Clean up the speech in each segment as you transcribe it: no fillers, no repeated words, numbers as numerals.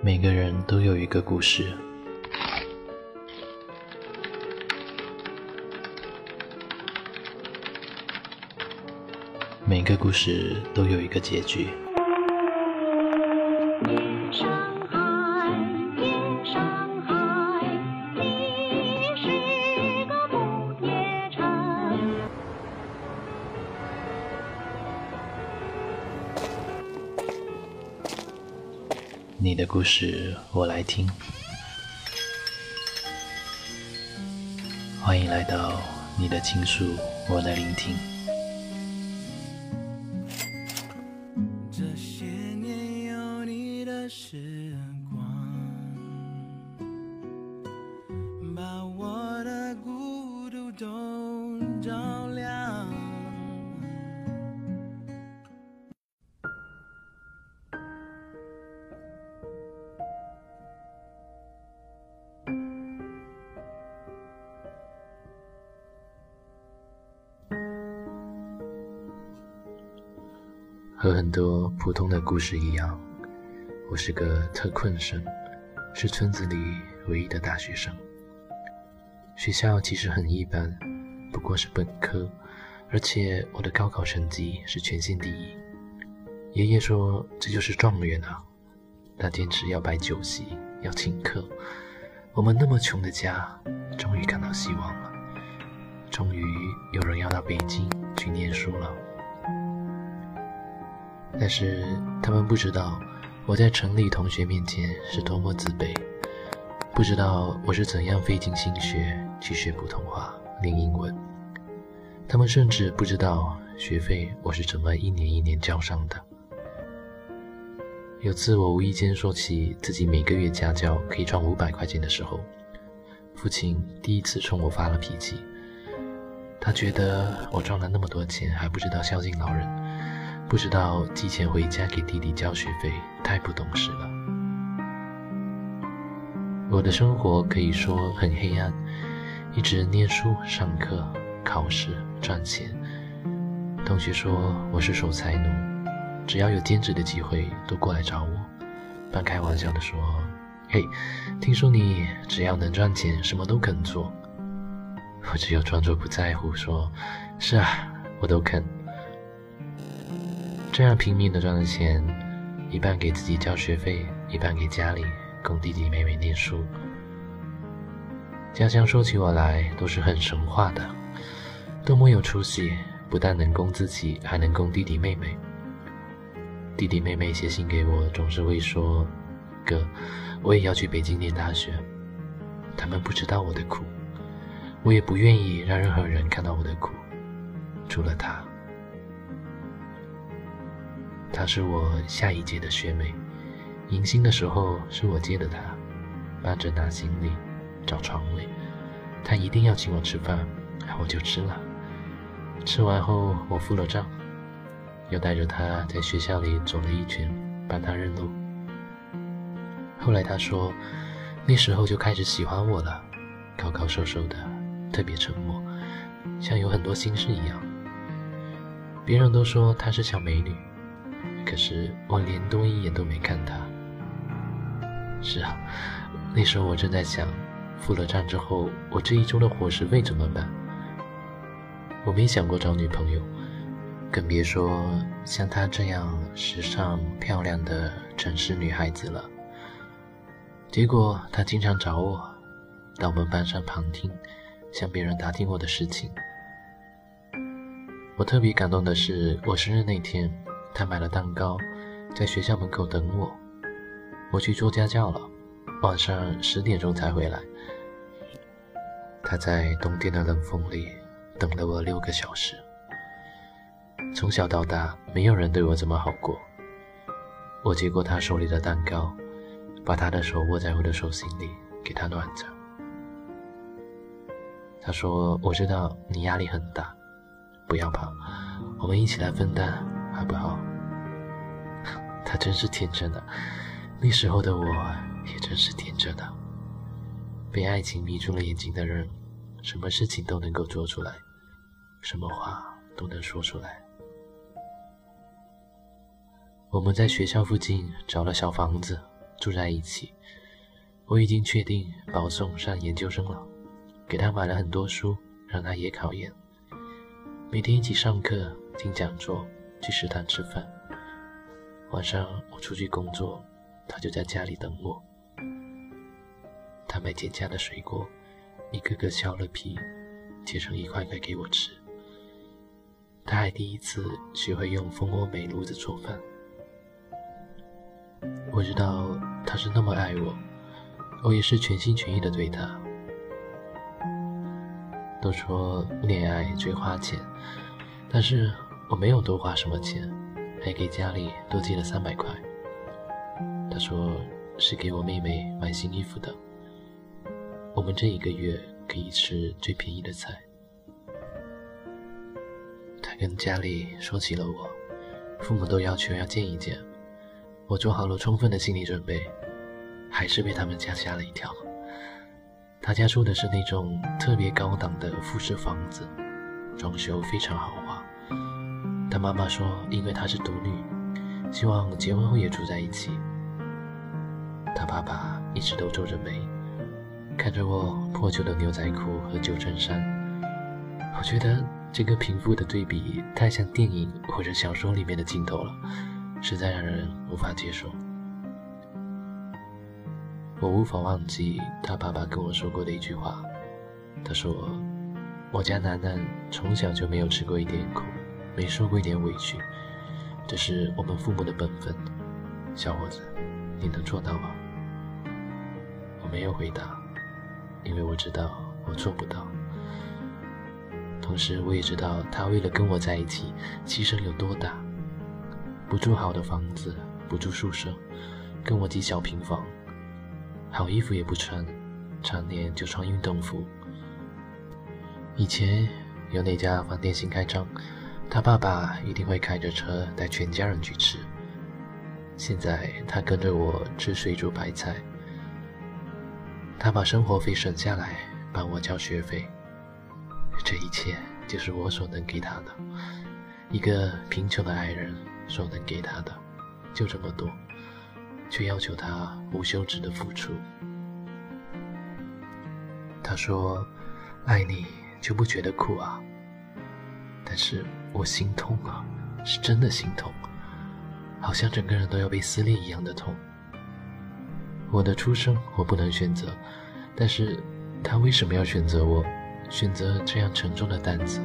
每个人都有一个故事，每个故事都有一个结局。 上海，夜上海，你是个不夜城。 你的故事我来听，欢迎来到你的倾诉我来聆听。 这些年有你的时光，把我的孤独都照亮。 和很多普通的故事一样，我是个特困生，是村子里唯一的大学生。学校其实很一般，不过是本科，而且我的高考成绩是全县第一。爷爷说这就是状元啊，他坚持要摆酒席，要请客。我们那么穷的家，终于看到希望了，终于有人要到北京去念书了。但是他们不知道我在城里同学面前是多么自卑，不知道我是怎样费尽心血去学普通话练英文，他们甚至不知道学费我是怎么一年一年交上的。有次我无意间说起自己每个月家教可以赚500块钱的时候，父亲第一次冲我发了脾气。他觉得我赚了那么多钱还不知道孝敬老人，不知道寄钱回家给弟弟交学费，太不懂事了。我的生活可以说很黑暗，一直念书、上课、考试、赚钱。同学说我是守财奴，只要有兼职的机会都过来找我，半开玩笑地说：“嘿，听说你只要能赚钱，什么都肯做。”我只有装作不在乎，说：“是啊，我都肯。”这样拼命的赚的钱，一半给自己交学费，一半给家里供弟弟妹妹念书。家乡说起我来都是很神话的，多么有出息，不但能供自己，还能供弟弟妹妹。弟弟妹妹写信给我，总是会说：“哥，我也要去北京念大学。”他们不知道我的苦，我也不愿意让任何人看到我的苦，除了他。她是我下一届的学妹，迎新的时候是我接的她，搬着拿行李找床位，她一定要请我吃饭，我就吃了。吃完后我付了账，又带着她在学校里走了一圈，帮她认路。后来她说那时候就开始喜欢我了，高高瘦瘦的，特别沉默，像有很多心事一样。别人都说她是小美女，可是我连多一眼都没看她。是啊，那时候我正在想，付了账之后我这一周的伙食费怎么办。我没想过找女朋友，更别说像她这样时尚漂亮的城市女孩子了。结果她经常找我到我们班上旁听，向别人打听我的事情。我特别感动的是，我生日那天他买了蛋糕，在学校门口等我。我去做家教了，晚上10点钟才回来。他在冬天的冷风里等了我6个小时。从小到大，没有人对我这么好过。我接过他手里的蛋糕，把他的手握在我的手心里，给他暖着。他说：“我知道你压力很大，不要怕，我们一起来分担，好不好？”他真是天真的，那时候的我也真是天真的。被爱情迷住了眼睛的人，什么事情都能够做出来，什么话都能说出来。我们在学校附近找了小房子， 住在一起。我已经确定把我送上研究生了，给他买了很多书，让他也考研。每天一起上课、听讲座、去食堂吃饭。晚上我出去工作，他就在家里等我。他买减价的水果，一个个削了皮，切成一块块给我吃。他还第一次学会用蜂窝煤炉子做饭。我知道他是那么爱我，我也是全心全意的对他。都说恋爱最花钱，但是我没有多花什么钱，还给家里多寄了300块。他说是给我妹妹买新衣服的。我们这1个月可以吃最便宜的菜。他跟家里说起了我，父母都要求要见一见。我做好了充分的心理准备，还是被他们家吓了一跳。他家住的是那种特别高档的复式房子，装修非常豪华。他妈妈说因为她是独女，希望结婚后也住在一起。他爸爸一直都皱着眉，看着我破旧的牛仔裤和旧衬衫。我觉得这个贫富的对比太像电影或者小说里面的镜头了，实在让人无法接受。我无法忘记他爸爸跟我说过的一句话，他说我家楠楠从小就没有吃过一点苦，没受过一点委屈，这是我们父母的本分。小伙子，你能做到吗？我没有回答，因为我知道我做不到。同时我也知道他为了跟我在一起牺牲有多大，不住好的房子，不住宿舍，跟我挤小平房，好衣服也不穿，常年就穿运动服。以前有哪家饭店新开张，他爸爸一定会开着车带全家人去吃。现在他跟着我吃水煮白菜，他把生活费省下来帮我交学费。这一切就是我所能给他的，一个贫穷的爱人所能给他的，就这么多，却要求他无休止的付出。他说爱你就不觉得苦啊，但是我心痛啊，是真的心痛，好像整个人都要被撕裂一样的痛。我的出生我不能选择，但是他为什么要选择我，选择这样沉重的担子？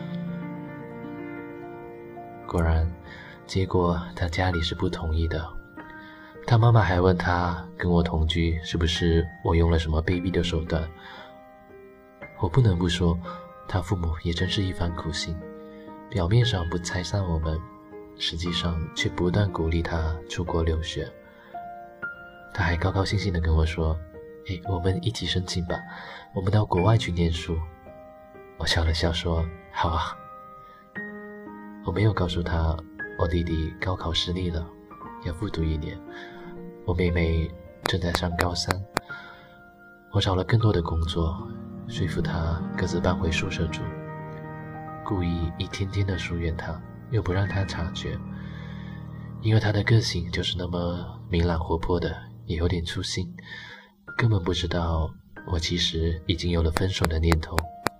果然，结果他家里是不同意的。他妈妈还问他跟我同居是不是我用了什么卑鄙的手段。我不能不说，他父母也真是一番苦心，表面上不拆散我们，实际上却不断鼓励他出国留学。他还高高兴兴地跟我说，我们一起申请吧，我们到国外去念书。我笑了笑说好啊。我没有告诉他我弟弟高考失利了，要复读1年，我妹妹正在上高3。我找了更多的工作，说服他各自搬回宿舍住，故意一天天的疏远他，又不让他察觉，因为他的个性就是那么明朗活泼的，也有点粗心，根本不知道我其实已经有了分手的念头。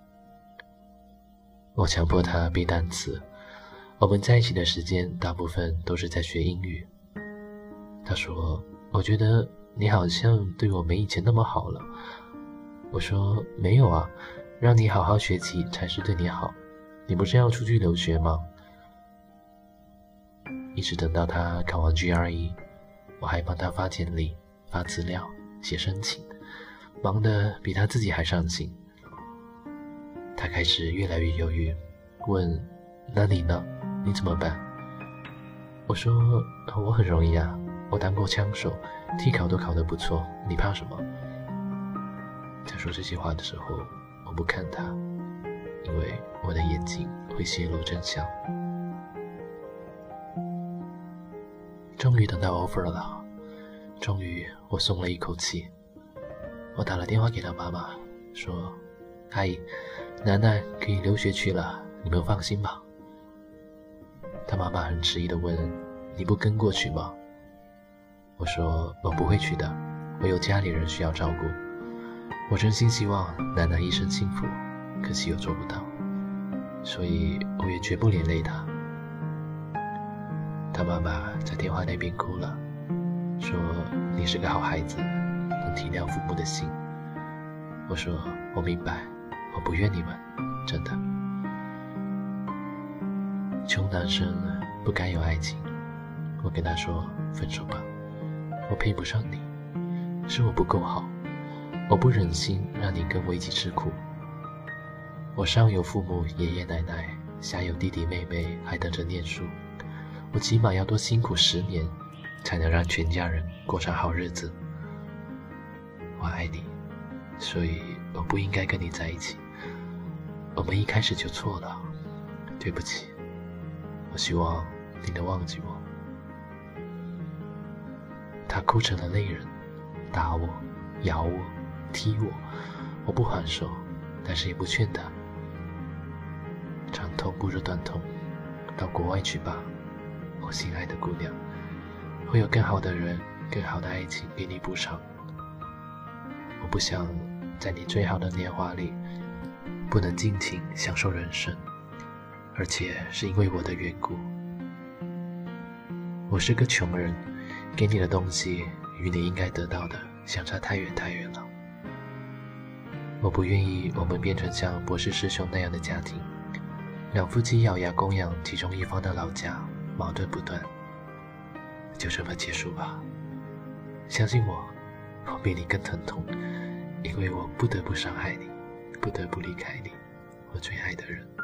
我强迫他背单词，我们在一起的时间大部分都是在学英语。他说我觉得你好像对我没以前那么好了。我说没有啊，让你好好学习才是对你好，你不是要出去留学吗？一直等到他考完 GRE， 我还帮他发简历、发资料、写申请，忙得比他自己还上心。他开始越来越犹豫，问那你呢？你怎么办？我说我很容易啊，我当过枪手，替考都考得不错，你怕什么？他说这些话的时候，我不看他，因为我的眼睛会泄露真相。终于等到 offer 了，终于我松了一口气。我打了电话给他妈妈，说阿姨，楠楠可以留学去了，你们放心吧。他妈妈很迟疑地问，你不跟过去吗？ 我说我不会去的，我有家里人需要照顾。我真心希望楠楠一生幸福，可惜又做不到，所以我也绝不连累她。她妈妈在电话那边哭了，说你是个好孩子，能体谅父母的心。我说我明白，我不怨你们，真的。穷男生不该有爱情，我跟他说分手吧，我配不上你，是我不够好，我不忍心让你跟我一起吃苦。我上有父母爷爷奶奶，下有弟弟妹妹还等着念书，我起码要多辛苦10年，才能让全家人过上好日子。我爱你，所以我不应该跟你在一起，我们一开始就错了，对不起，我希望你能忘记我。他哭成了泪人，打我，咬我，踢我，我不还手，但是也不劝他。长痛不如短痛，到国外去吧，我心爱的姑娘，会有更好的人，更好的爱情给你补偿。我不想在你最好的年华里不能尽情享受人生，而且是因为我的缘故。我是个穷人，给你的东西与你应该得到的相差太远太远了。我不愿意我们变成像博士师兄那样的家庭，两夫妻咬牙供养其中一方的老家，矛盾不断。就这么结束吧，相信我，我比你更疼痛，因为我不得不伤害你，不得不离开你，我最爱的人。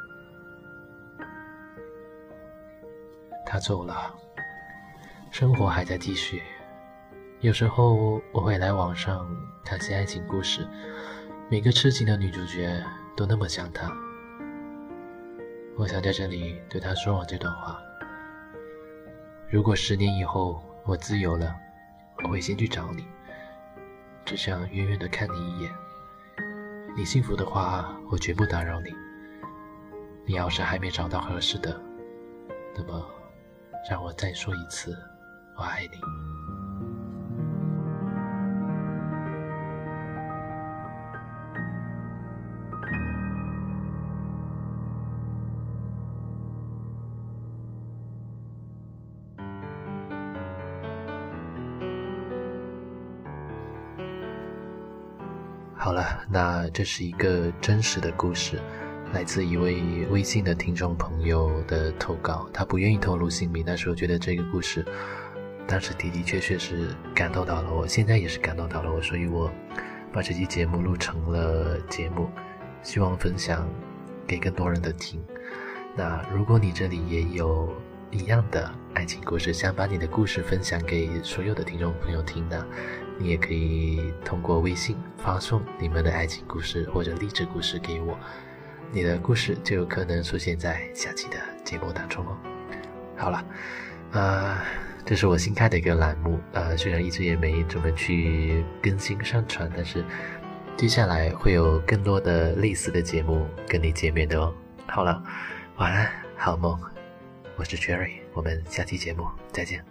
他走了，生活还在继续。有时候我会来网上看些爱情故事，每个痴情的女主角都那么像他。我想在这里对他说完这段话。如果10年以后我自由了，我会先去找你，只想远远地看你一眼。你幸福的话，我绝不打扰你。你要是还没找到合适的，那么让我再说一次，我爱你。好了，那这是一个真实的故事，来自一位微信的听众朋友的投稿。他不愿意透露姓名，但是我觉得这个故事当时的确是感动到了我，现在也是感动到了我，所以我把这期节目录成了节目，希望分享给更多人的听。那如果你这里也有一样的爱情故事，想把你的故事分享给所有的听众朋友听的，你也可以通过微信发送你们的爱情故事或者励志故事给我，你的故事就有可能出现在下期的节目当中哦。好了，这是我新开的一个栏目，虽然一直也没怎么去更新上传，但是接下来会有更多的类似的节目跟你见面的哦。好了，晚安，好梦，我是 Jerry， 我们下期节目再见。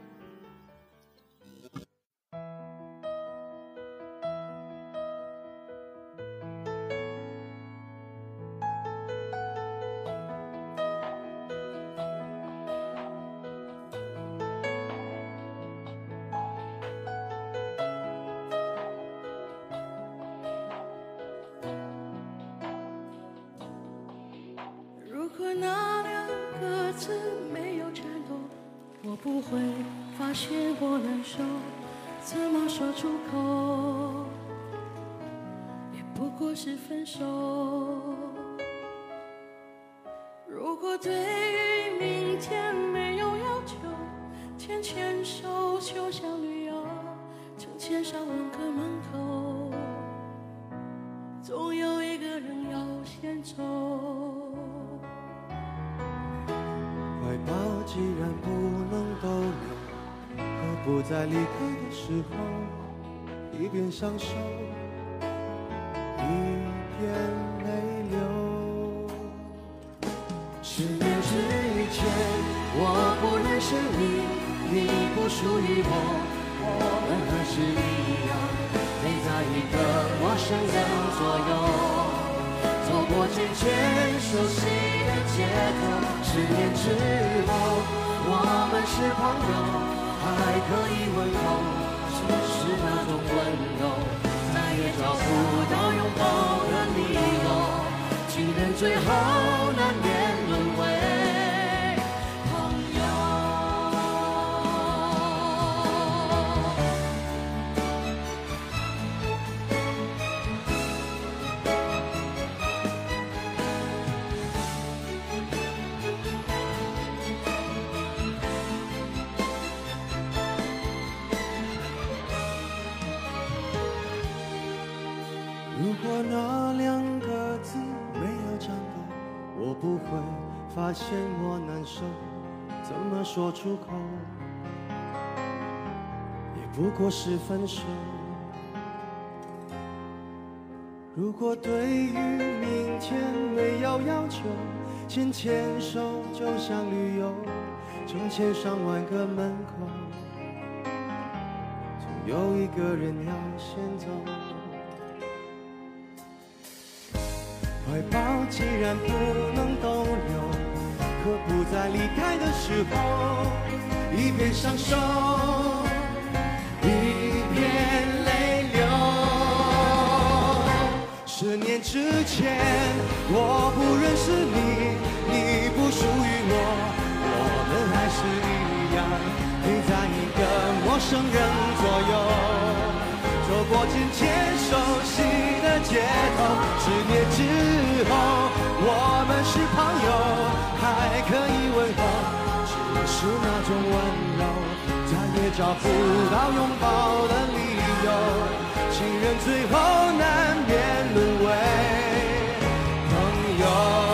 如果那2个字没有颤抖，我不会发现我难受，怎么说出口，也不过是分手。如果对于明天没有要求，牵牵手就像旅游，成千上万个门口，总有一个人要先走。 怀抱既然不能逗留，何不在离开的时候，一边享受，一边泪流。10年之前，我不认识你，你不属于我， 牵手洗的街头，10年之后我们是朋友，还可以问候，只是那种温柔再也找不到拥抱的理由，情人最后难免沦为朋友。如果那2个字没有讲够，我不会发现我难受，怎么说出口，也不过是分手。如果对于明天没有要求，牵手就像旅游，成千上万个门口，总有一个人要先走。怀抱既然不能逗留，何不在离开的时候，一边享受，一边泪流。10年之前，我不认识你，你不属于我，我们还是一样陪在一个陌生人左右，走过牵手洗的街头，10年之后我们是朋友，还可以问候，只是那种温柔再也找不到拥抱的理由，情人最后难免沦为朋友。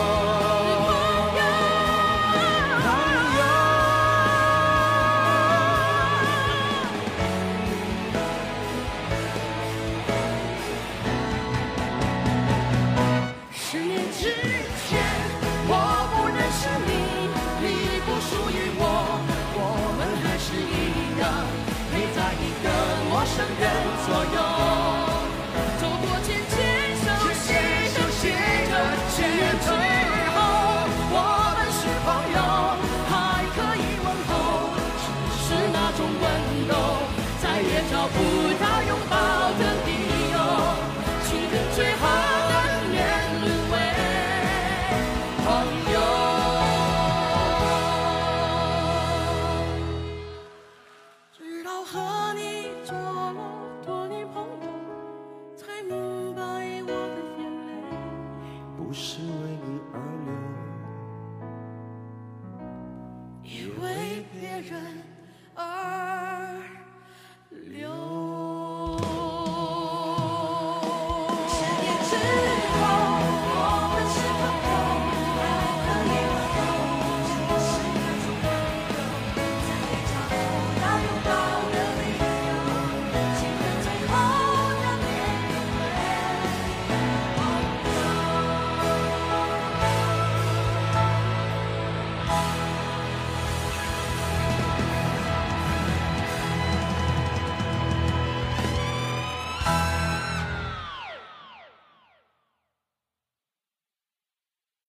陌生人左右，走过牵手洗着10年之后，我们是朋友，还可以问候，只是那种温柔再也找不到拥抱的理由，情人最后难免沦为朋友。直到和你做了多年朋友，才明白我的眼泪不是为你而流，也为别人而